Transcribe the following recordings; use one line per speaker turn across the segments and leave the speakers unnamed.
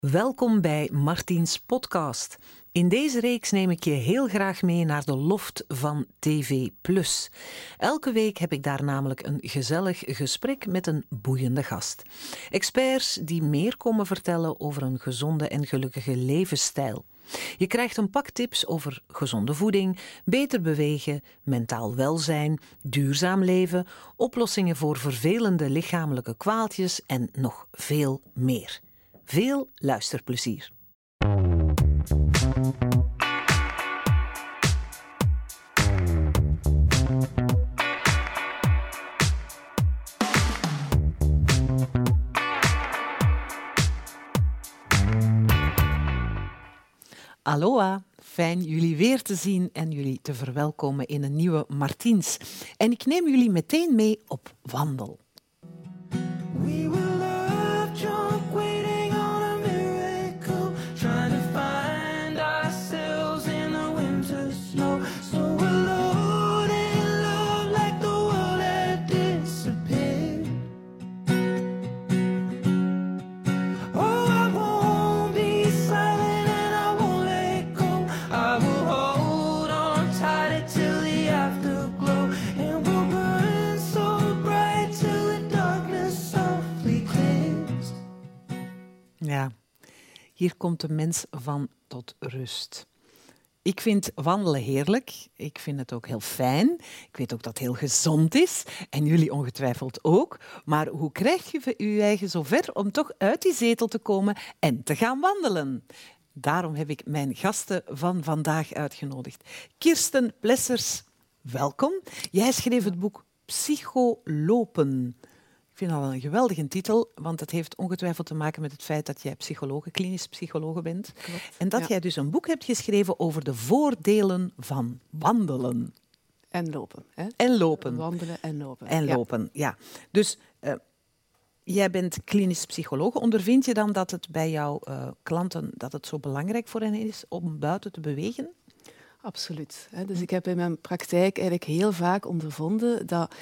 Welkom bij Martiens podcast. In deze reeks neem ik je heel graag mee naar de loft van TV+. Elke week heb ik daar namelijk een gezellig gesprek met een boeiende gast. Experts die meer komen vertellen over een gezonde en gelukkige levensstijl. Je krijgt een pak tips over gezonde voeding, beter bewegen, mentaal welzijn, duurzaam leven, oplossingen voor vervelende lichamelijke kwaaltjes en nog veel meer. Veel luisterplezier. Aloha, fijn jullie weer te zien en jullie te verwelkomen in een nieuwe Martiens. En ik neem jullie meteen mee op wandel. Ja, hier komt de mens van tot rust. Ik vind wandelen heerlijk. Ik vind het ook heel fijn. Ik weet ook dat het heel gezond is. En jullie ongetwijfeld ook. Maar hoe krijg je je eigen zover om toch uit die zetel te komen en te gaan wandelen? Daarom heb ik mijn gasten van vandaag uitgenodigd. Kirsten Plessers, welkom. Jij schreef het boek Psycholopen. Ik vind dat een geweldige titel, want het heeft ongetwijfeld te maken met het feit dat jij klinisch psycholoog bent.
Klopt,
en dat jij dus een boek hebt geschreven over de voordelen van wandelen.
En lopen. Hè?
En lopen.
Wandelen en lopen.
En lopen, ja. Dus jij bent klinisch psycholoog. Ondervind je dan dat het bij jouw klanten dat het zo belangrijk voor hen is om buiten te bewegen?
Absoluut. Dus ik heb in mijn praktijk eigenlijk heel vaak ondervonden dat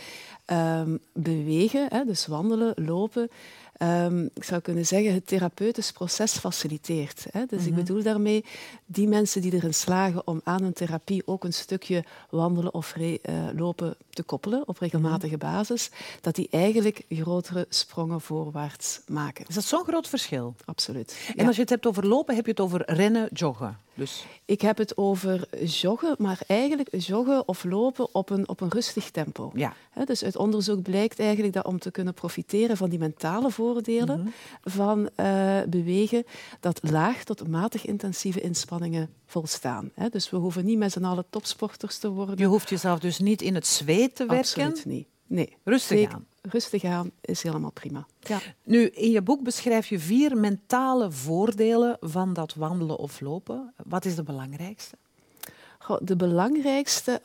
bewegen, dus wandelen, lopen, ik zou kunnen zeggen, het therapeutisch proces faciliteert. Dus ik bedoel daarmee die mensen die erin slagen om aan hun therapie ook een stukje wandelen of lopen te koppelen op regelmatige basis, dat die eigenlijk grotere sprongen voorwaarts maken.
Is dat zo'n groot verschil?
Absoluut.
En als je het hebt over lopen, heb je het over rennen, joggen? Dus...
Ik heb het over joggen, maar eigenlijk joggen of lopen op een rustig tempo.
Ja.
Dus uit onderzoek blijkt eigenlijk dat om te kunnen profiteren van die mentale voordelen van bewegen, dat laag tot matig intensieve inspanningen volstaan. Dus we hoeven niet met z'n allen topsporters te worden.
Je hoeft jezelf dus niet in het zweet te werken?
Absoluut niet. Nee.
Rustig aan.
Rustig aan is helemaal prima. Ja.
Nu, in je boek beschrijf je 4 mentale voordelen van dat wandelen of lopen. Wat is de belangrijkste?
De belangrijkste...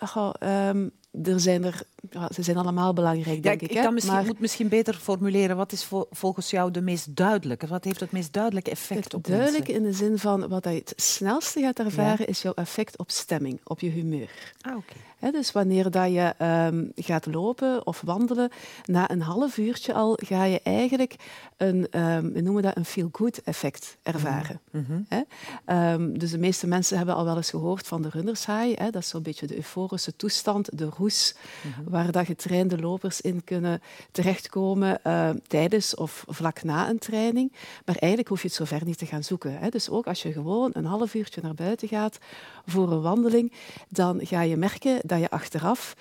ze zijn allemaal belangrijk, denk ik.
Ik moet misschien beter formuleren. Wat is volgens jou de meest duidelijke? Wat heeft het meest duidelijke effect op mensen?
Duidelijk in de zin van wat je het snelste gaat ervaren, is jouw effect op stemming, op je humeur.
Okay.
Dus wanneer dat je gaat lopen of wandelen, na een half uurtje al ga je eigenlijk we noemen dat een feel-good effect ervaren. Dus de meeste mensen hebben al wel eens gehoord van de runner's high. Dat is zo'n beetje de euforische toestand, de roes, waar dat getrainde lopers in kunnen terechtkomen tijdens of vlak na een training. Maar eigenlijk hoef je het zover niet te gaan zoeken. Dus ook als je gewoon een half uurtje naar buiten gaat voor een wandeling, dan ga je merken dat je achteraf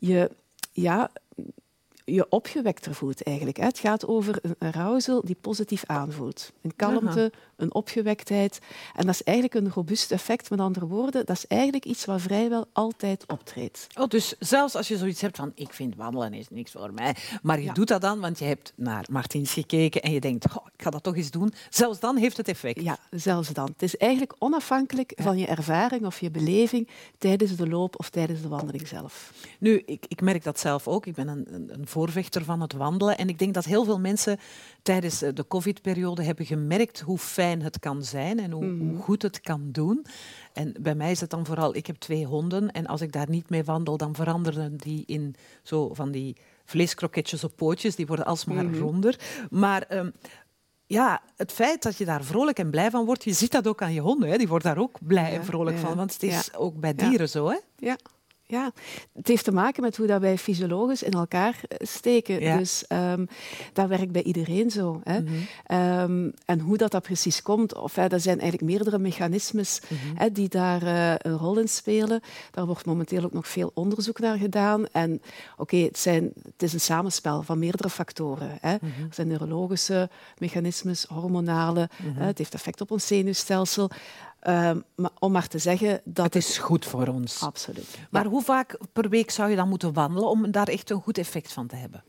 je opgewekter voelt eigenlijk. Het gaat over een arousal die positief aanvoelt. Een kalmte, een opgewektheid. En dat is eigenlijk een robuust effect. Met andere woorden, dat is eigenlijk iets wat vrijwel altijd optreedt.
Oh, dus zelfs als je zoiets hebt van, ik vind wandelen is niks voor mij, maar je doet dat dan, want je hebt naar Martiens gekeken en je denkt, ik ga dat toch eens doen. Zelfs dan heeft het effect.
Ja, zelfs dan. Het is eigenlijk onafhankelijk van je ervaring of je beleving tijdens de loop of tijdens de wandeling zelf.
Nu, ik merk dat zelf ook. Ik ben een voorvechter van het wandelen. En ik denk dat heel veel mensen tijdens de COVID-periode hebben gemerkt hoe fijn het kan zijn en hoe goed het kan doen. En bij mij is het dan vooral, ik heb 2 honden en als ik daar niet mee wandel, dan veranderen die in zo van die vleeskroketjes op pootjes. Die worden alsmaar ronder. Maar ja, het feit dat je daar vrolijk en blij van wordt, je ziet dat ook aan je honden. Hè? Die worden daar ook blij en vrolijk van, want het is ook bij dieren zo. Hè?
Ja. Ja, het heeft te maken met hoe dat wij fysiologisch in elkaar steken.
Ja.
Dus dat werkt bij iedereen zo. Hè. En hoe dat precies komt, dat zijn eigenlijk meerdere mechanismes die daar een rol in spelen. Daar wordt momenteel ook nog veel onderzoek naar gedaan. En het is een samenspel van meerdere factoren. Hè. Er zijn neurologische mechanismes, hormonale. Het heeft effect op ons zenuwstelsel. Om maar te zeggen dat
het is goed voor ons.
Absoluut.
Maar hoe vaak per week zou je dan moeten wandelen om daar echt een goed effect van te hebben?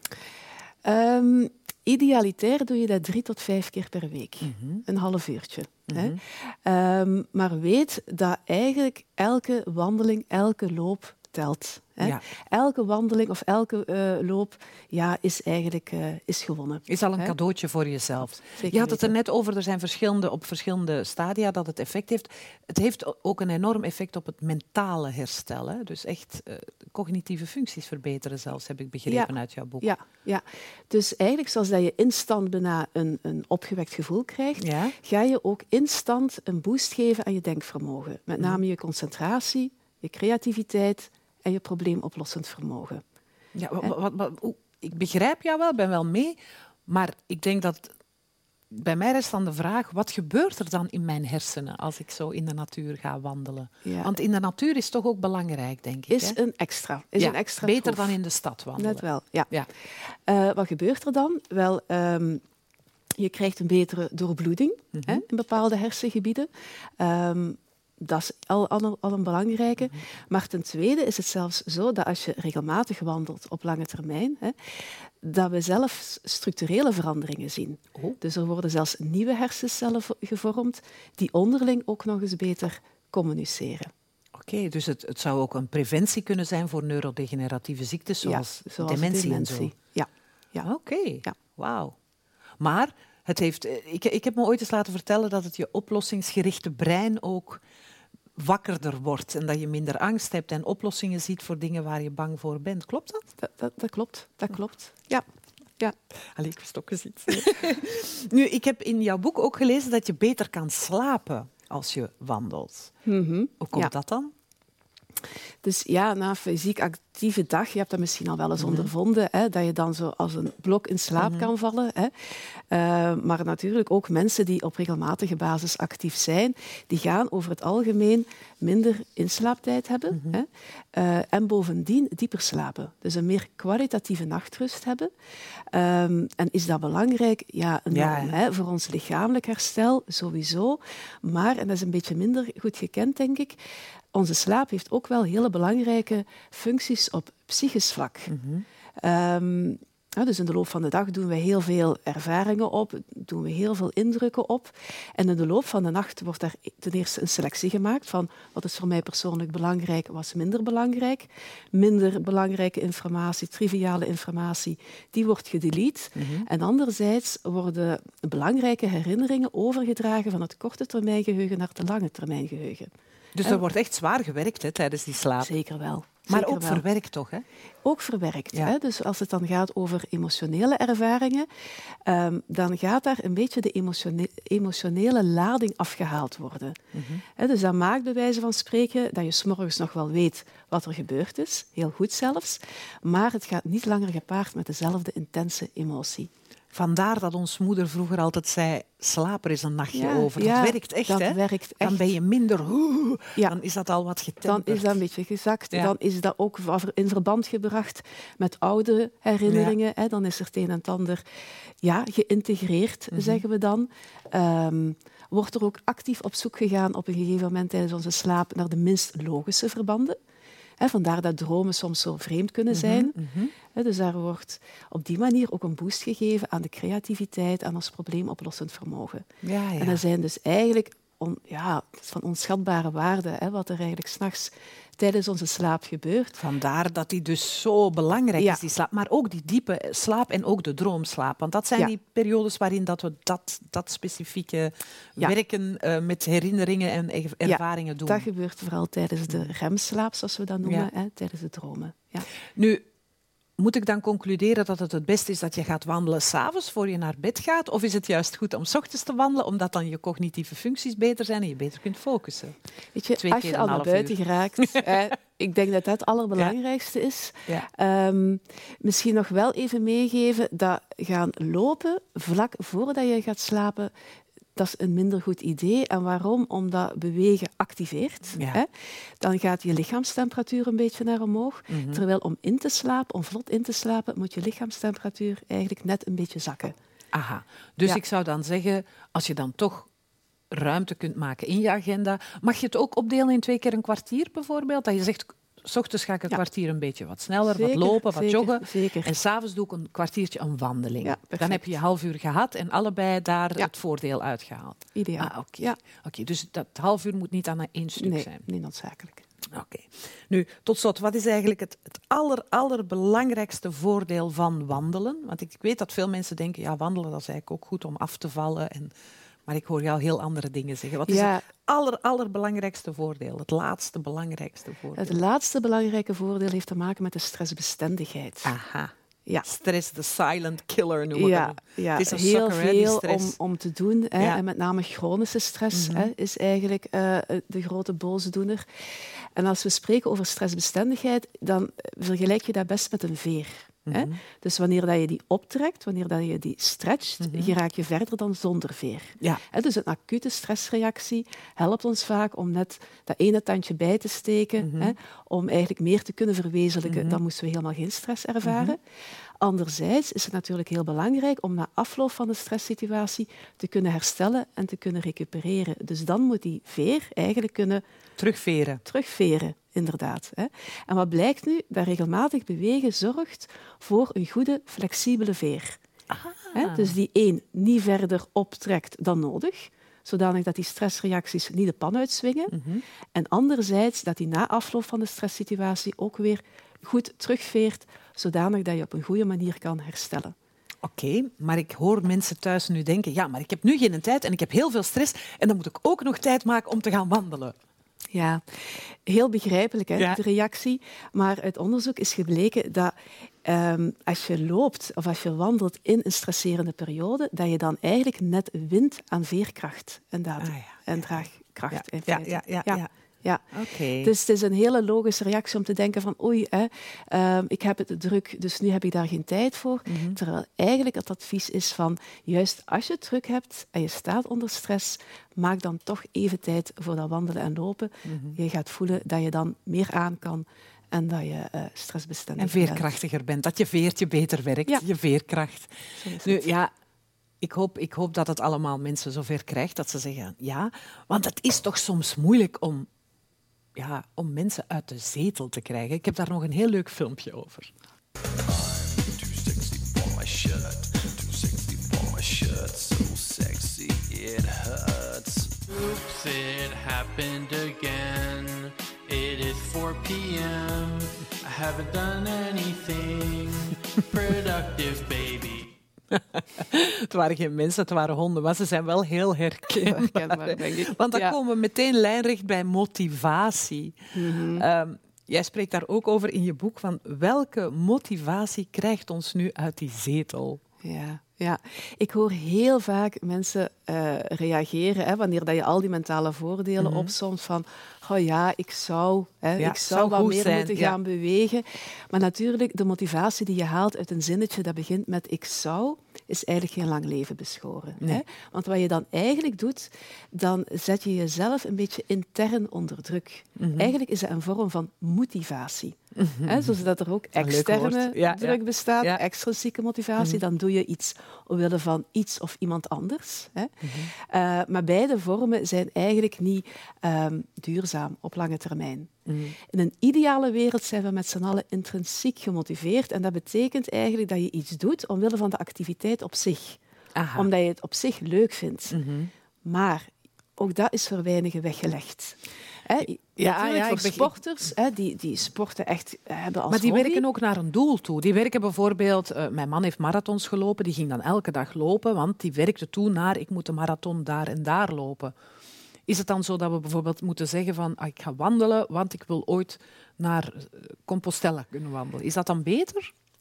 Idealitair doe je dat 3 tot 5 keer per week. Een half uurtje. Hè. Maar weet dat eigenlijk elke wandeling, elke loop telt. Hè.
Ja.
Elke wandeling of elke loop is eigenlijk is gewonnen.
Is al een cadeautje voor jezelf.
Zeker
je had het er
weten.
net over, er zijn op verschillende stadia dat het effect heeft. Het heeft ook een enorm effect op het mentale herstel. Hè? Dus echt cognitieve functies verbeteren zelfs, heb ik begrepen uit jouw boek.
Ja. Dus eigenlijk zoals dat je instant bijna een opgewekt gevoel krijgt, ga je ook instant een boost geven aan je denkvermogen. Met name je concentratie, je creativiteit en je probleemoplossend vermogen.
Ja, ik begrijp jou wel, ben wel mee, maar ik denk dat bij mij rest dan de vraag, wat gebeurt er dan in mijn hersenen als ik zo in de natuur ga wandelen? Ja. Want in de natuur is toch ook belangrijk, denk ik.
Is een extra. Een extra
beter
troef.
Dan in de stad wandelen.
Net wel, ja.
Ja.
Wat gebeurt er dan? Wel, je krijgt een betere doorbloeding in bepaalde hersengebieden. Dat is al een belangrijke. Maar ten tweede is het zelfs zo dat als je regelmatig wandelt op lange termijn, dat we zelf structurele veranderingen zien. Dus er worden zelfs nieuwe hersencellen gevormd die onderling ook nog eens beter communiceren.
Oké, dus het zou ook een preventie kunnen zijn voor neurodegeneratieve ziektes zoals dementie en zo.
Ja.
Oké. Wauw. Maar het heeft, ik heb me ooit eens laten vertellen dat het je oplossingsgerichte brein ook wakkerder wordt en dat je minder angst hebt en oplossingen ziet voor dingen waar je bang voor bent. Klopt dat?
Dat klopt. Ja.
Allee, ik wist ook eens iets. Nu, ik heb in jouw boek ook gelezen dat je beter kan slapen als je wandelt. Hoe komt dat dan?
Dus na een fysiek actieve dag, je hebt dat misschien al wel eens ondervonden, dat je dan zo als een blok in slaap kan vallen. Maar natuurlijk ook mensen die op regelmatige basis actief zijn, die gaan over het algemeen minder inslaaptijd hebben en bovendien dieper slapen. Dus een meer kwalitatieve nachtrust hebben. En is dat belangrijk? Ja, enorm. Voor ons lichamelijk herstel sowieso. Maar, en dat is een beetje minder goed gekend, denk ik, onze slaap heeft ook wel hele belangrijke functies op psychisch vlak. Dus in de loop van de dag doen we heel veel ervaringen op, doen we heel veel indrukken op. En in de loop van de nacht wordt daar ten eerste een selectie gemaakt van wat is voor mij persoonlijk belangrijk, wat is minder belangrijk. Minder belangrijke informatie, triviale informatie, die wordt gedelete. En anderzijds worden belangrijke herinneringen overgedragen van het korte termijn geheugen naar het lange termijn geheugen.
Dus er wordt echt zwaar gewerkt tijdens die slaap.
Zeker wel.
Maar ook verwerkt toch, hè?
Ook verwerkt. Ja. Dus als het dan gaat over emotionele ervaringen, dan gaat daar een beetje de emotionele lading afgehaald worden. Dus dat maakt bij wijze van spreken dat je 's morgens nog wel weet wat er gebeurd is, heel goed zelfs, maar het gaat niet langer gepaard met dezelfde intense emotie.
Vandaar dat ons moeder vroeger altijd zei, slaap er eens een nachtje over. Dat werkt echt,
dat
hè?
Werkt echt.
Dan ben je minder... Dan is dat al wat getemperd.
Dan is dat een beetje gezakt. Ja. Dan is dat ook in verband gebracht met oude herinneringen. Ja. Dan is er het een en het ander geïntegreerd, zeggen we dan. Wordt er ook actief op zoek gegaan op een gegeven moment tijdens onze slaap naar de minst logische verbanden. Vandaar dat dromen soms zo vreemd kunnen zijn. Dus daar wordt op die manier ook een boost gegeven aan de creativiteit, aan ons probleemoplossend vermogen. Ja. En dat zijn dus eigenlijk van onschatbare waarde, wat er eigenlijk 's nachts tijdens onze slaap gebeurt.
Vandaar dat die dus zo belangrijk is, die slaap. Maar ook die diepe slaap en ook de droomslaap. Want dat zijn die periodes waarin dat we dat specifieke werken met herinneringen en ervaringen doen.
Dat gebeurt vooral tijdens de remslaap, zoals we dat noemen, tijdens de dromen. Ja.
Nu, moet ik dan concluderen dat het beste is dat je gaat wandelen 's avonds voor je naar bed gaat? Of is het juist goed om 's ochtends te wandelen, omdat dan je cognitieve functies beter zijn en je beter kunt focussen?
Weet je, als je al naar buiten geraakt, ik denk dat dat het allerbelangrijkste is. Ja. Misschien nog wel even meegeven dat gaan lopen vlak voordat je gaat slapen, dat is een minder goed idee. En waarom? Omdat bewegen activeert.
Ja.
Hè? Dan gaat je lichaamstemperatuur een beetje naar omhoog. Mm-hmm. Terwijl om vlot in te slapen, moet je lichaamstemperatuur eigenlijk net een beetje zakken.
Aha. Dus ik zou dan zeggen, als je dan toch ruimte kunt maken in je agenda, mag je het ook opdelen in 2 keer een kwartier bijvoorbeeld? Dat je zegt, 's ochtends ga ik een kwartier een beetje wat sneller, wat lopen, wat joggen.
Zeker.
En 's avonds doe ik een kwartiertje een wandeling.
Ja,
dan heb je je half uur gehad en allebei daar het voordeel uitgehaald.
Ideaal.
Oké, dus dat half uur moet niet aan 1 stuk zijn?
Nee, noodzakelijk.
Oké. Nu, tot slot, wat is eigenlijk het allerbelangrijkste voordeel van wandelen? Want ik weet dat veel mensen denken, ja, wandelen dat is eigenlijk ook goed om af te vallen. Maar ik hoor jou heel andere dingen zeggen. Wat is het allerbelangrijkste voordeel? Het laatste belangrijkste voordeel?
Het laatste belangrijke voordeel heeft te maken met de stressbestendigheid.
Aha.
Ja.
Stress, de silent killer noemen we dat.
Ja,
het is een
heel
sucker,
veel om te doen. Hè. Ja. En met name chronische stress is eigenlijk de grote boosdoener. En als we spreken over stressbestendigheid, dan vergelijk je dat best met een veer. Hè? Dus wanneer dat je die optrekt, wanneer dat je die stretcht, geraak je verder dan zonder veer.
Ja.
Dus een acute stressreactie helpt ons vaak om net dat ene tandje bij te steken, om eigenlijk meer te kunnen verwezenlijken. Dan moesten we helemaal geen stress ervaren. Anderzijds is het natuurlijk heel belangrijk om na afloop van de stresssituatie te kunnen herstellen en te kunnen recupereren. Dus dan moet die veer eigenlijk kunnen terugveren, inderdaad. En wat blijkt nu? Dat regelmatig bewegen zorgt voor een goede, flexibele veer. Dus die niet verder optrekt dan nodig, zodanig dat die stressreacties niet de pan uitswingen. En anderzijds dat die na afloop van de stresssituatie ook weer goed terugveert, zodanig dat je op een goede manier kan herstellen.
Oké, maar ik hoor mensen thuis nu denken, ja, maar ik heb nu geen tijd en ik heb heel veel stress en dan moet ik ook nog tijd maken om te gaan wandelen.
Ja, heel begrijpelijk, de reactie. Maar uit onderzoek is gebleken dat als je loopt of als je wandelt in een stresserende periode, dat je dan eigenlijk net wint aan veerkracht en draagkracht. In feite. Ja.
Okay.
Dus het is een hele logische reactie om te denken van oei, ik heb het druk, dus nu heb ik daar geen tijd voor. Terwijl eigenlijk het advies is van juist als je het druk hebt en je staat onder stress, maak dan toch even tijd voor dat wandelen en lopen. Je gaat voelen dat je dan meer aan kan en dat je stressbestendig
en veerkrachtiger bent. Dat je veertje beter werkt, je veerkracht. Nu, ik hoop dat het allemaal mensen zover krijgt dat ze zeggen ja, want het is toch soms moeilijk om mensen uit de zetel te krijgen. Ik heb daar nog een heel leuk filmpje over.
Oops, it happened again. It is 4 p.m. I haven't done anything productive, baby.
Het waren geen mensen, het waren honden, maar ze zijn wel heel herkenbaar.
Denk ik.
Want dan komen we meteen lijnrecht bij motivatie. Jij spreekt daar ook over in je boek, van welke motivatie krijgt ons nu uit die zetel?
Ja, ik hoor heel vaak mensen reageren wanneer dat je al die mentale voordelen opsomt van ik zou wat meer moeten gaan bewegen. Maar natuurlijk, de motivatie die je haalt uit een zinnetje dat begint met ik zou, is eigenlijk geen lang leven beschoren.
Nee.
Want wat je dan eigenlijk doet, dan zet je jezelf een beetje intern onder druk. Eigenlijk is dat een vorm van motivatie. Zoals dat er ook externe druk bestaat, extrinsieke motivatie, dan doe je iets omwille van iets of iemand anders. Maar beide vormen zijn eigenlijk niet duurzaam op lange termijn. In een ideale wereld zijn we met z'n allen intrinsiek gemotiveerd en dat betekent eigenlijk dat je iets doet omwille van de activiteit op zich. Aha. Omdat je het op zich leuk vindt. Maar ook dat is voor weinigen weggelegd. Voor sporters, die sporten echt hebben als
maar die
hobby.
werken ook naar een doel toe. Die werken bijvoorbeeld... mijn man heeft marathons gelopen, die ging dan elke dag lopen, want die werkte toe naar ik moet de marathon daar en daar lopen. Is het dan zo dat we bijvoorbeeld moeten zeggen van ik ga wandelen, want ik wil ooit naar Compostela kunnen wandelen? Is dat dan beter?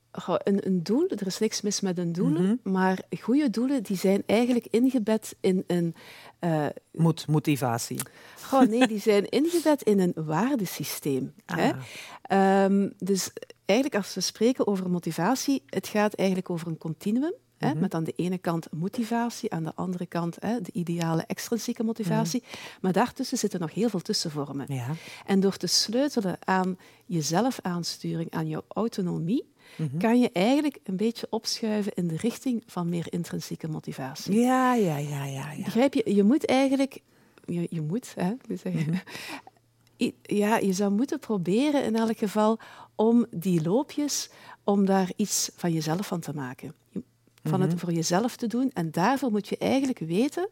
Een doel, er is niks mis met een doel, maar goede doelen die zijn eigenlijk ingebed in een...
Motivatie.
Nee, die zijn ingebed in een waardesysteem. Hè? Dus eigenlijk als we spreken over motivatie, het gaat eigenlijk over een continuum. Met aan de ene kant motivatie, aan de andere kant de ideale extrinsieke motivatie. Maar daartussen zitten nog heel veel tussenvormen.
Ja.
En door te sleutelen aan je zelfaansturing, aan jouw autonomie, kan je eigenlijk een beetje opschuiven in de richting van meer intrinsieke motivatie.
Ja.
Begrijp je? Je moet eigenlijk... Je moet, hè? Ja, je zou moeten proberen in elk geval om die loopjes, om daar iets van jezelf van te maken. Van het voor jezelf te doen. En daarvoor moet je eigenlijk weten...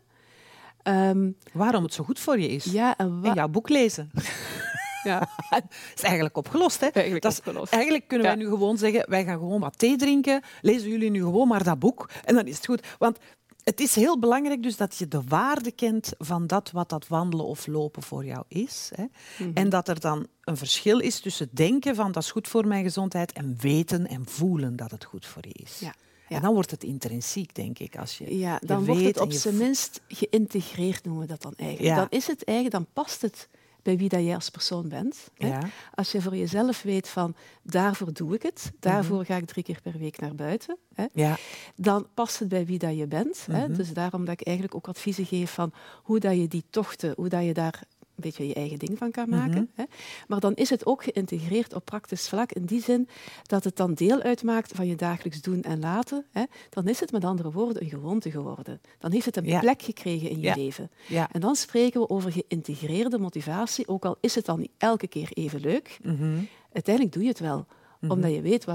waarom het zo goed voor je is.
Ja,
en jouw boek lezen.
Ja.
Dat is eigenlijk opgelost. Hè? Eigenlijk kunnen wij nu gewoon zeggen, wij gaan gewoon wat thee drinken, lezen jullie nu gewoon maar dat boek en dan is het goed. Want het is heel belangrijk dus dat je de waarde kent van dat wandelen of lopen voor jou is. Hè? En dat er dan een verschil is tussen denken van dat is goed voor mijn gezondheid en weten en voelen dat het goed voor je is.
Ja.
En dan wordt het intrinsiek, denk ik. Als je
dan wordt het op zijn minst geïntegreerd, noemen we dat dan eigenlijk.
Ja.
Dan is het eigenlijk, dan past het bij wie dat jij als persoon bent. Hè? Ja. Als je voor jezelf weet van, daarvoor doe ik het, daarvoor ga ik 3 keer per week naar buiten, hè? Ja. Dan past het bij wie dat je bent. Hè? Dus daarom dat ik eigenlijk ook adviezen geef van hoe dat je die tochten, hoe dat je daar een beetje je eigen ding van kan maken. Hè? Maar dan is het ook geïntegreerd op praktisch vlak in die zin dat het dan deel uitmaakt van je dagelijks doen en laten. Hè? Dan is het met andere woorden een gewoonte geworden. Dan heeft het een plek gekregen in je leven. Ja. En dan spreken we over geïntegreerde motivatie, ook al is het dan niet elke keer even leuk. Uiteindelijk doe je het wel, omdat je weet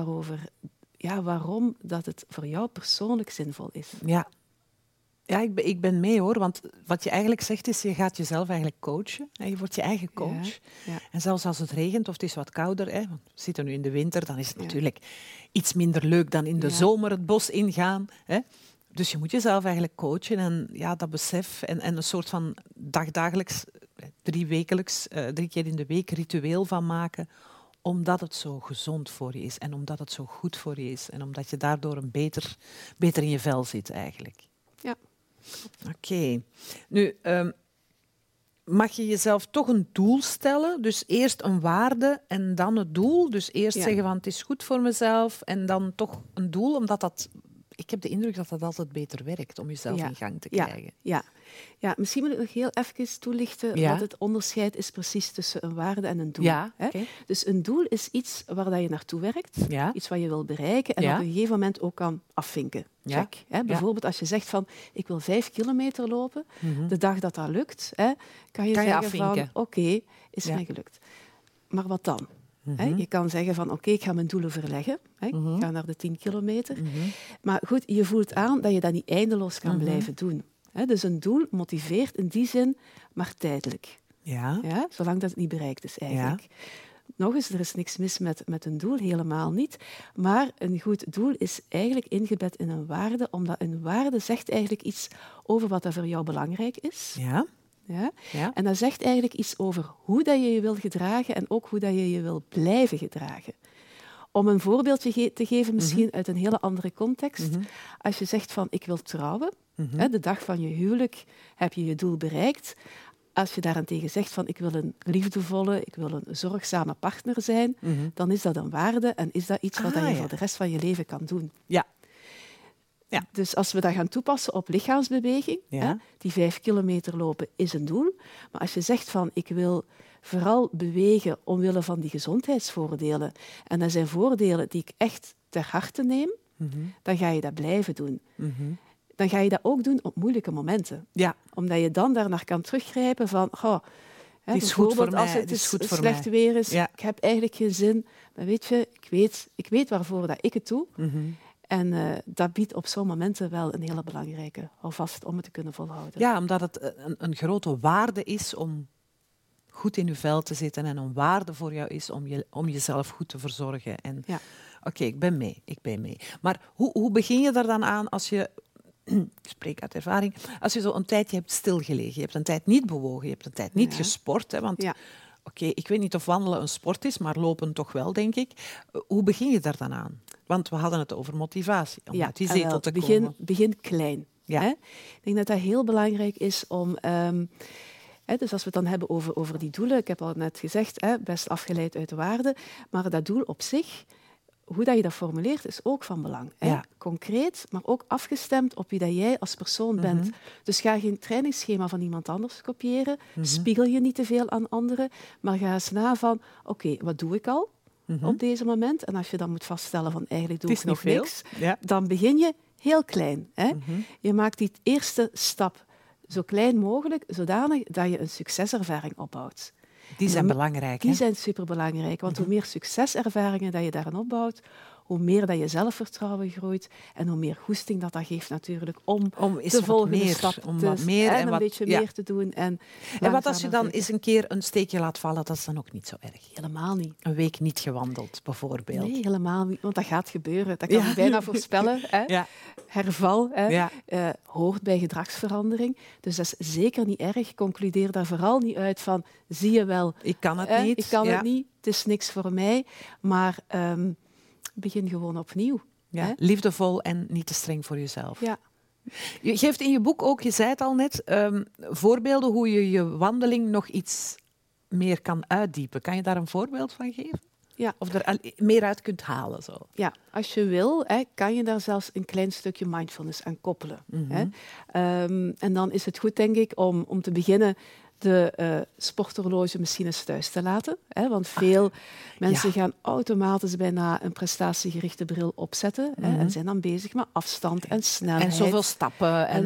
waarom dat het voor jou persoonlijk zinvol is.
Ja. Ja, ik ben mee hoor, want wat je eigenlijk zegt is, je gaat jezelf eigenlijk coachen. Je wordt je eigen coach. Ja. En zelfs als het regent of het is wat kouder, want we zitten nu in de winter, dan is het natuurlijk iets minder leuk dan in de zomer het bos ingaan. Dus je moet jezelf eigenlijk coachen en dat besef en een soort van dagdagelijks, 3 keer in de week ritueel van maken, omdat het zo gezond voor je is en omdat het zo goed voor je is en omdat je daardoor beter in je vel zit eigenlijk.
Ja.
Oké. Nu, mag je jezelf toch een doel stellen? Dus eerst een waarde en dan het doel. Dus eerst zeggen van het is goed voor mezelf en dan toch een doel, omdat dat... Ik heb de indruk dat dat altijd beter werkt om jezelf in gang te krijgen.
Ja, misschien moet ik nog heel even toelichten wat het onderscheid is precies tussen een waarde en een doel.
Ja, okay.
Dus een doel is iets waar dat je naartoe werkt, iets wat je wil bereiken en op een gegeven moment ook kan afvinken. Check. Bijvoorbeeld als je zegt van ik wil 5 kilometer lopen, de dag dat lukt, kan je zeggen van oké, is mij gelukt. Maar wat dan? Je kan zeggen van oké, ik ga mijn doelen verleggen. Ik ga naar de 10 kilometer. Maar goed, je voelt aan dat je dat niet eindeloos kan blijven doen. Dus een doel motiveert in die zin maar tijdelijk. Ja, zolang dat het niet bereikt is eigenlijk. Ja. Nog eens, er is niks mis met een doel, helemaal niet. Maar een goed doel is eigenlijk ingebed in een waarde, omdat een waarde zegt eigenlijk iets over wat dat voor jou belangrijk is. Ja. En dat zegt eigenlijk iets over hoe dat je je wil gedragen en ook hoe dat je je wil blijven gedragen. Om een voorbeeldje te geven, misschien uit een hele andere context. Als je zegt van ik wil trouwen, de dag van je huwelijk heb je je doel bereikt. Als je daarentegen zegt van ik wil een liefdevolle, ik wil een zorgzame partner zijn, dan is dat een waarde en is dat iets wat je voor de rest van je leven kan doen. Ja. Dus als we dat gaan toepassen op lichaamsbeweging, die 5 kilometer lopen is een doel. Maar als je zegt van ik wil vooral bewegen omwille van die gezondheidsvoordelen, en dat zijn voordelen die ik echt ter harte neem, dan ga je dat blijven doen. Dan ga je dat ook doen op moeilijke momenten. Ja. Omdat je dan daarnaar kan teruggrijpen van...
het is goed voor mij.
Als het slecht weer is, ik heb eigenlijk geen zin. Maar weet je, ik weet waarvoor dat ik het doe. En dat biedt op zo'n momenten wel een hele belangrijke houvast om het te kunnen volhouden.
Ja, omdat het een grote waarde is om goed in je vel te zitten en een waarde voor jou is om jezelf goed te verzorgen. En oké, ik ben mee. Maar hoe begin je daar dan aan als je... Ik spreek uit ervaring. Als je zo een tijdje hebt stilgelegen, je hebt een tijd niet bewogen, je hebt een tijd niet gesport. Hè, want Oké, ik weet niet of wandelen een sport is, maar lopen toch wel, denk ik. Hoe begin je daar dan aan? Want we hadden het over motivatie, om uit die zetel te komen.
Begin klein.
Ja.
Hè? Ik denk dat dat heel belangrijk is om... dus als we het dan hebben over die doelen, ik heb al net gezegd, best afgeleid uit de waarden, maar dat doel op zich, hoe dat je dat formuleert, is ook van belang.
Ja.
Concreet, maar ook afgestemd op wie dat jij als persoon bent. Dus ga geen trainingsschema van iemand anders kopiëren, spiegel je niet te veel aan anderen, maar ga eens na van, oké, wat doe ik al op deze moment? En als je dan moet vaststellen van, eigenlijk doe ik nog niks, dan begin je heel klein. Hè? Je maakt die eerste stap zo klein mogelijk, zodanig dat je een succeservaring opbouwt.
Die zijn belangrijk.
Die zijn superbelangrijk, want hoe meer succeservaringen dat je daarin opbouwt, hoe meer dat je zelfvertrouwen groeit en hoe meer goesting dat geeft natuurlijk om de volgende stap en een beetje meer te doen. En
wat als je dan eens een keer een steekje laat vallen, dat is dan ook niet zo erg?
Helemaal niet.
Een week niet gewandeld, bijvoorbeeld?
Nee, helemaal niet, want dat gaat gebeuren. Dat kan je bijna voorspellen. Hè? Ja. Herval hoort bij gedragsverandering. Dus dat is zeker niet erg. Concludeer daar vooral niet uit van, zie je wel,
ik kan het niet.
Ik kan het niet, het is niks voor mij. Maar begin gewoon opnieuw.
Ja, liefdevol en niet te streng voor jezelf.
Ja.
Je geeft in je boek ook, je zei het al net, voorbeelden hoe je je wandeling nog iets meer kan uitdiepen. Kan je daar een voorbeeld van geven?
Ja.
Of er meer uit kunt halen? Zo.
Ja, als je wil, kan je daar zelfs een klein stukje mindfulness aan koppelen. En dan is het goed, denk ik, om te beginnen de sporthorloge misschien eens thuis te laten. Want veel mensen gaan automatisch bijna een prestatiegerichte bril opzetten en zijn dan bezig met afstand en snelheid.
En zoveel stappen.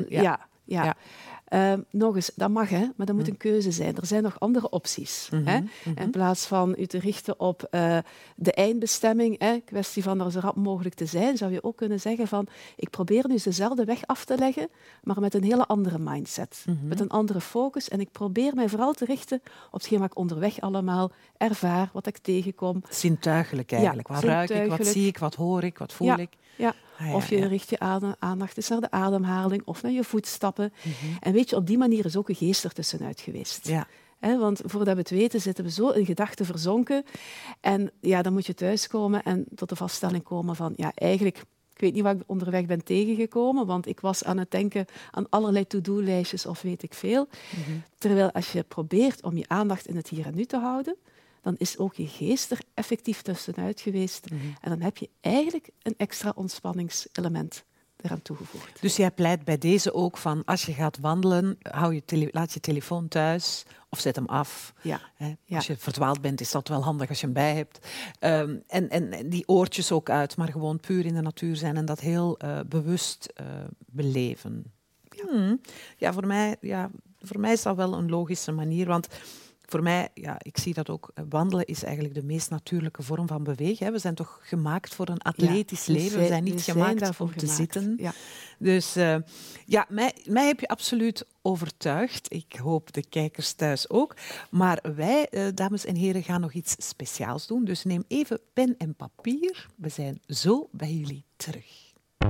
Nog eens, dat mag, maar dat moet een keuze zijn. Er zijn nog andere opties. In plaats van u te richten op de eindbestemming, kwestie van er zo rap mogelijk te zijn, zou je ook kunnen zeggen van, ik probeer nu dezelfde weg af te leggen, maar met een hele andere mindset. Met een andere focus. En ik probeer mij vooral te richten op hetgeen wat ik onderweg allemaal ervaar, wat ik tegenkom.
Zintuigelijk eigenlijk. Wat ruik ik, wat zie ik, wat hoor ik, wat voel ik?
Ja. Of je richt je aandacht eens naar de ademhaling of naar je voetstappen. En weet je, op die manier is ook een geest ertussenuit geweest. Ja. Want voordat we het weten, zitten we zo in gedachten verzonken. En dan moet je thuiskomen en tot de vaststelling komen van, eigenlijk, ik weet niet wat ik onderweg ben tegengekomen, want ik was aan het denken aan allerlei to-do-lijstjes of weet ik veel. Terwijl als je probeert om je aandacht in het hier en nu te houden, dan is ook je geest er effectief tussenuit geweest. En dan heb je eigenlijk een extra ontspanningselement eraan toegevoegd.
Dus jij pleit bij deze ook van, als je gaat wandelen, laat je telefoon thuis of zet hem af.
Ja.
Als je verdwaald bent, is dat wel handig als je hem bij hebt. En die oortjes ook uit, maar gewoon puur in de natuur zijn en dat heel bewust beleven. Ja, voor mij is dat wel een logische manier, want voor mij, ik zie dat ook, wandelen is eigenlijk de meest natuurlijke vorm van bewegen. We zijn toch gemaakt voor een atletisch leven. We zijn niet gemaakt om te zitten. Ja. Dus mij heb je absoluut overtuigd. Ik hoop de kijkers thuis ook. Maar wij, dames en heren, gaan nog iets speciaals doen. Dus neem even pen en papier. We zijn zo bij jullie terug.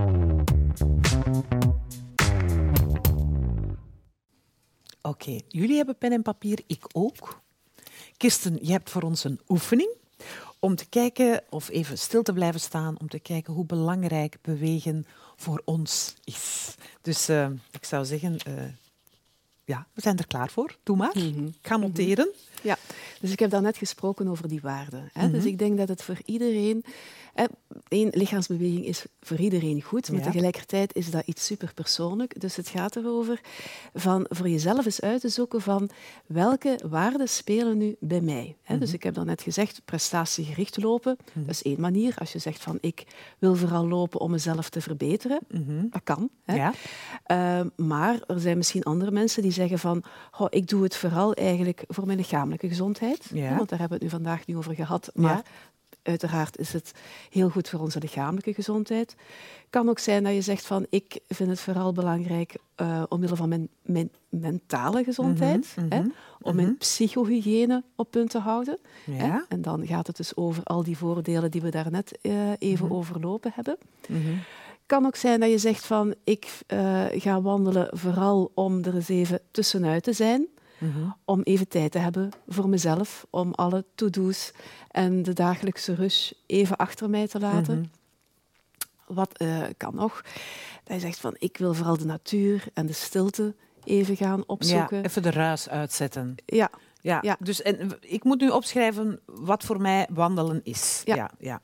Oké, jullie hebben pen en papier, ik ook. Kirsten, je hebt voor ons een oefening om te kijken, of even stil te blijven staan, om te kijken hoe belangrijk bewegen voor ons is. Dus ik zou zeggen, we zijn er klaar voor. Doe maar. Ik ga noteren.
Ja, dus ik heb daarnet gesproken over die waarden. Dus ik denk dat het voor iedereen... lichaamsbeweging is voor iedereen goed, maar tegelijkertijd is dat iets superpersoonlijk. Dus het gaat erover van voor jezelf eens uit te zoeken van welke waarden spelen nu bij mij. Dus ik heb daarnet gezegd, prestatiegericht lopen. Dat is één manier. Als je zegt van ik wil vooral lopen om mezelf te verbeteren. Dat kan. Maar er zijn misschien andere mensen die zeggen van ik doe het vooral eigenlijk voor mijn lichamelijke gezondheid. Want daar hebben we het nu vandaag niet over gehad. Maar uiteraard is het heel goed voor onze lichamelijke gezondheid. Het kan ook zijn dat je zegt van ik vind het vooral belangrijk omwille van mijn mentale gezondheid. Om mijn psychohygiëne op punt te houden. Ja. En dan gaat het dus over al die voordelen die we daarnet even overlopen hebben. Het kan ook zijn dat je zegt van ik ga wandelen vooral om er eens even tussenuit te zijn. om even tijd te hebben voor mezelf, om alle to-do's en de dagelijkse rush even achter mij te laten. Wat kan nog? Dat je zegt van, ik wil vooral de natuur en de stilte even gaan opzoeken.
Ja, even de ruis uitzetten.
Ja.
Ja. Dus ik moet nu opschrijven wat voor mij wandelen is. Ja.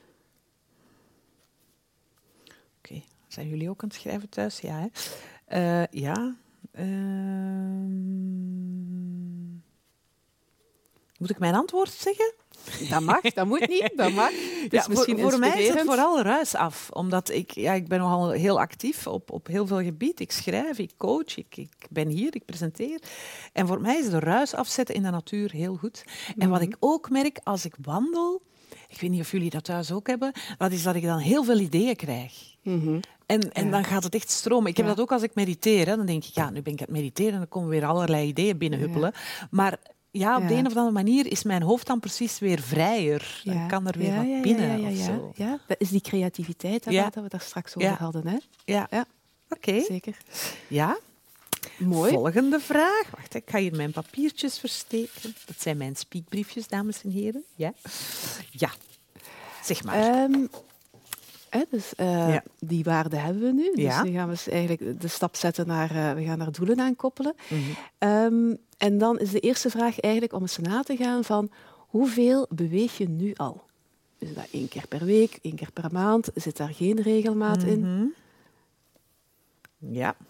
Oké. Zijn jullie ook aan het schrijven thuis? Ja, hè? Moet ik mijn antwoord zeggen?
Dat mag, dat moet niet, dat mag.
Ja, voor mij is het vooral ruis af. Omdat ik ben nogal heel actief op heel veel gebied. Ik schrijf, ik coach, ik ben hier, ik presenteer. En voor mij is de ruis afzetten in de natuur heel goed. En wat ik ook merk als ik wandel, ik weet niet of jullie dat thuis ook hebben, dat is dat ik dan heel veel ideeën krijg. En dan gaat het echt stromen. Ik heb dat ook als ik mediteer. Hè. Dan denk ik, nu ben ik aan het mediteren en dan komen weer allerlei ideeën binnenhuppelen. Maar op de een of andere manier is mijn hoofd dan precies weer vrijer. Dan kan er weer wat binnen. Of zo.
Ja, dat is die creativiteit dat we daar straks over hadden. Hè?
Ja. Oké.
Zeker.
Ja.
Mooi.
Volgende vraag. Wacht, ik ga hier mijn papiertjes versteken. Dat zijn mijn speakbriefjes, dames en heren. Ja. Zeg maar.
Die waarden hebben we nu. Dus nu gaan we eigenlijk de stap zetten naar... we gaan daar doelen aan koppelen. En dan is de eerste vraag eigenlijk om eens na te gaan van... hoeveel beweeg je nu al? Is dat 1 keer per week, 1 keer per maand? Zit daar geen regelmaat in?
Ja.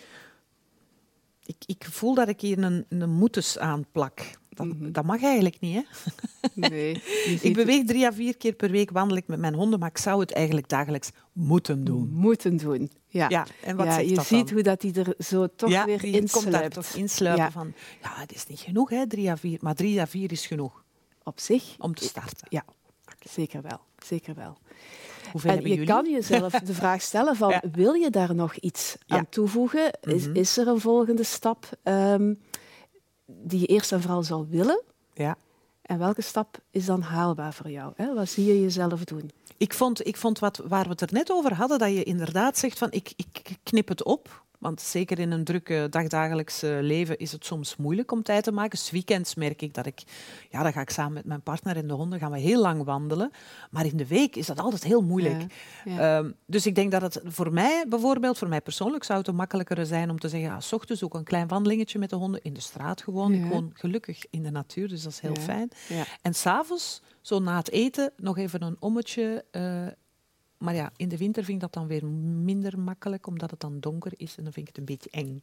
Ik voel dat ik hier een moetes aanplak. Dat mag eigenlijk niet, hè?
Nee.
Ik beweeg 3 à 4 keer per week, wandel ik met mijn honden, maar ik zou het eigenlijk dagelijks moeten doen.
Moeten doen, ja.
En wat zegt
je
dat
ziet
dan?
hoe dat die er zo toch weer insluipt.
Komt daar toch insluipen van, het is niet genoeg, hè, 3 à 4, maar 3 à 4 is genoeg.
Op zich?
Om te starten.
Ja, zeker wel.
Hoeveel
en
hebben
je
jullie?
kan jezelf de vraag stellen van, wil je daar nog iets aan toevoegen? Is er een volgende stap die je eerst en vooral zou willen?
Ja.
En welke stap is dan haalbaar voor jou? Hè? Wat zie je jezelf doen?
Ik vond waar we het er net over hadden, dat je inderdaad zegt van ik knip het op. Want zeker in een drukke dagdagelijks leven is het soms moeilijk om tijd te maken. 's Weekends merk ik dat dan ga ik samen met mijn partner en de honden gaan we heel lang wandelen. Maar in de week is dat altijd heel moeilijk. Dus ik denk dat het voor mij persoonlijk zou het makkelijker zijn om te zeggen, 's ochtends ook een klein wandelingetje met de honden in de straat gewoon. Ik woon gelukkig in de natuur, dus dat is heel fijn. Ja. En 's avonds, zo na het eten, nog even een ommetje. Maar in de winter vind ik dat dan weer minder makkelijk, omdat het dan donker is en dan vind ik het een beetje eng.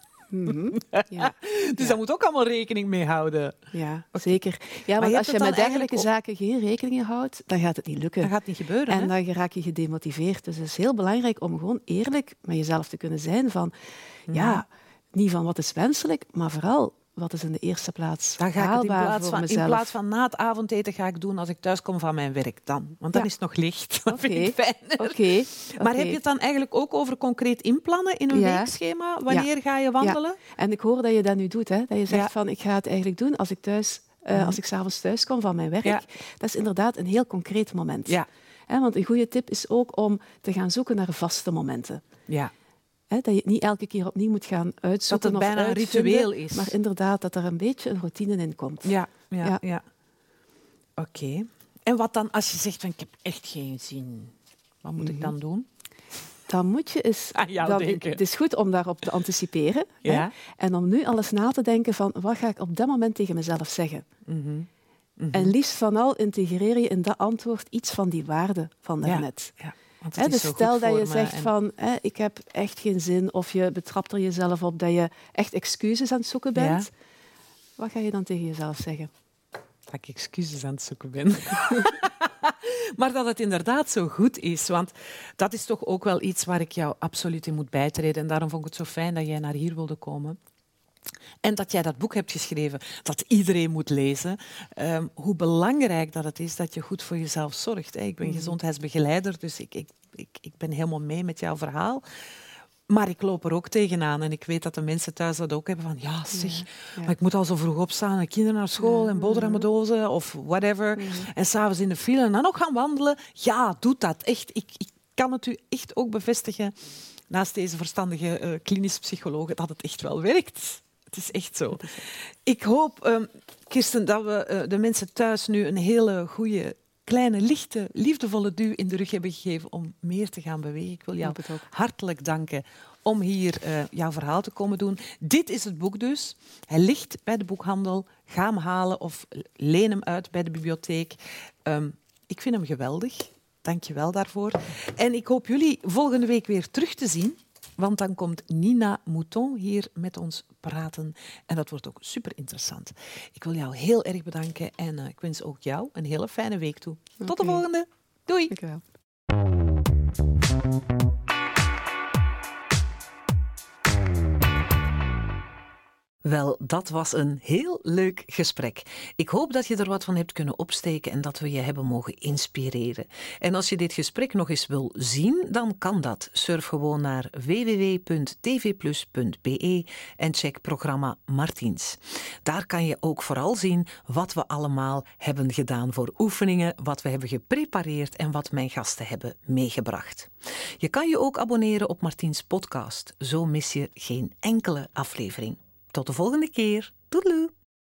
Dus daar moet ook allemaal rekening mee houden.
Ja, zeker. Ja, want als je met dergelijke zaken geen rekening houdt, dan gaat het niet lukken.
Dat gaat niet gebeuren.
En dan raak je gedemotiveerd. Dus het is heel belangrijk om gewoon eerlijk met jezelf te kunnen zijn van, niet van wat is wenselijk, maar vooral wat is in de eerste plaats haalbaar voor mezelf.
In plaats van na het avondeten ga ik doen als ik thuis kom van mijn werk dan. Want dan is het nog licht. Dat vind ik fijner. Maar heb je het dan eigenlijk ook over concreet inplannen in een weekschema? Wanneer ga je wandelen?
Ja. En ik hoor dat je dat nu doet. Hè? Dat je zegt van, ik ga het eigenlijk doen als ik thuis, als ik 's avonds thuis kom van mijn werk. Ja. Dat is inderdaad een heel concreet moment. Ja. Want een goede tip is ook om te gaan zoeken naar vaste momenten. Ja. Dat je het niet elke keer opnieuw moet gaan uitzoeken.
Dat het bijna een ritueel is.
Maar inderdaad, dat er een beetje een routine in komt.
Ja. Oké. En wat dan als je zegt van ik heb echt geen zin? Wat moet ik dan doen?
Dan moet je eens... het is goed om daarop te anticiperen.
Ja.
Hè? En om nu alles na te denken van wat ga ik op dat moment tegen mezelf zeggen? En liefst van al integreer je in dat antwoord iets van die waarde van daarnet. Ja. Dus stel dat je zegt van, ik heb echt geen zin, of je betrapt er jezelf op dat je echt excuses aan het zoeken bent. Ja. Wat ga je dan tegen jezelf zeggen?
Dat ik excuses aan het zoeken ben. Maar dat het inderdaad zo goed is, want dat is toch ook wel iets waar ik jou absoluut in moet bijtreden. En daarom vond ik het zo fijn dat jij naar hier wilde komen. En dat jij dat boek hebt geschreven, dat iedereen moet lezen. Hoe belangrijk dat het is dat je goed voor jezelf zorgt. Ik ben gezondheidsbegeleider, dus ik ben helemaal mee met jouw verhaal. Maar ik loop er ook tegenaan. En ik weet dat de mensen thuis dat ook hebben van... maar ik moet al zo vroeg opstaan en kinderen naar school en boterhammendozen of whatever. En s'avonds in de file en dan nog gaan wandelen. Ja, doe dat. Echt. Ik kan het u echt ook bevestigen, naast deze verstandige klinisch psychologen, dat het echt wel werkt. Het is echt zo. Ik hoop, Kirsten, dat we de mensen thuis nu een hele goede, kleine, lichte, liefdevolle duw in de rug hebben gegeven om meer te gaan bewegen. Ik wil jou hartelijk danken om hier jouw verhaal te komen doen. Dit is het boek dus. Hij ligt bij de boekhandel. Ga hem halen of leen hem uit bij de bibliotheek. Ik vind hem geweldig. Dank je wel daarvoor. En ik hoop jullie volgende week weer terug te zien. Want dan komt Nina Mouton hier met ons praten. En dat wordt ook super interessant. Ik wil jou heel erg bedanken. En ik wens ook jou een hele fijne week toe. Tot de volgende. Doei.
Dank je wel.
Wel, dat was een heel leuk gesprek. Ik hoop dat je er wat van hebt kunnen opsteken en dat we je hebben mogen inspireren. En als je dit gesprek nog eens wil zien, dan kan dat. Surf gewoon naar www.tvplus.be en check programma Martiens. Daar kan je ook vooral zien wat we allemaal hebben gedaan voor oefeningen, wat we hebben geprepareerd en wat mijn gasten hebben meegebracht. Je kan je ook abonneren op Martiens podcast. Zo mis je geen enkele aflevering. Tot de volgende keer. Doedeloe!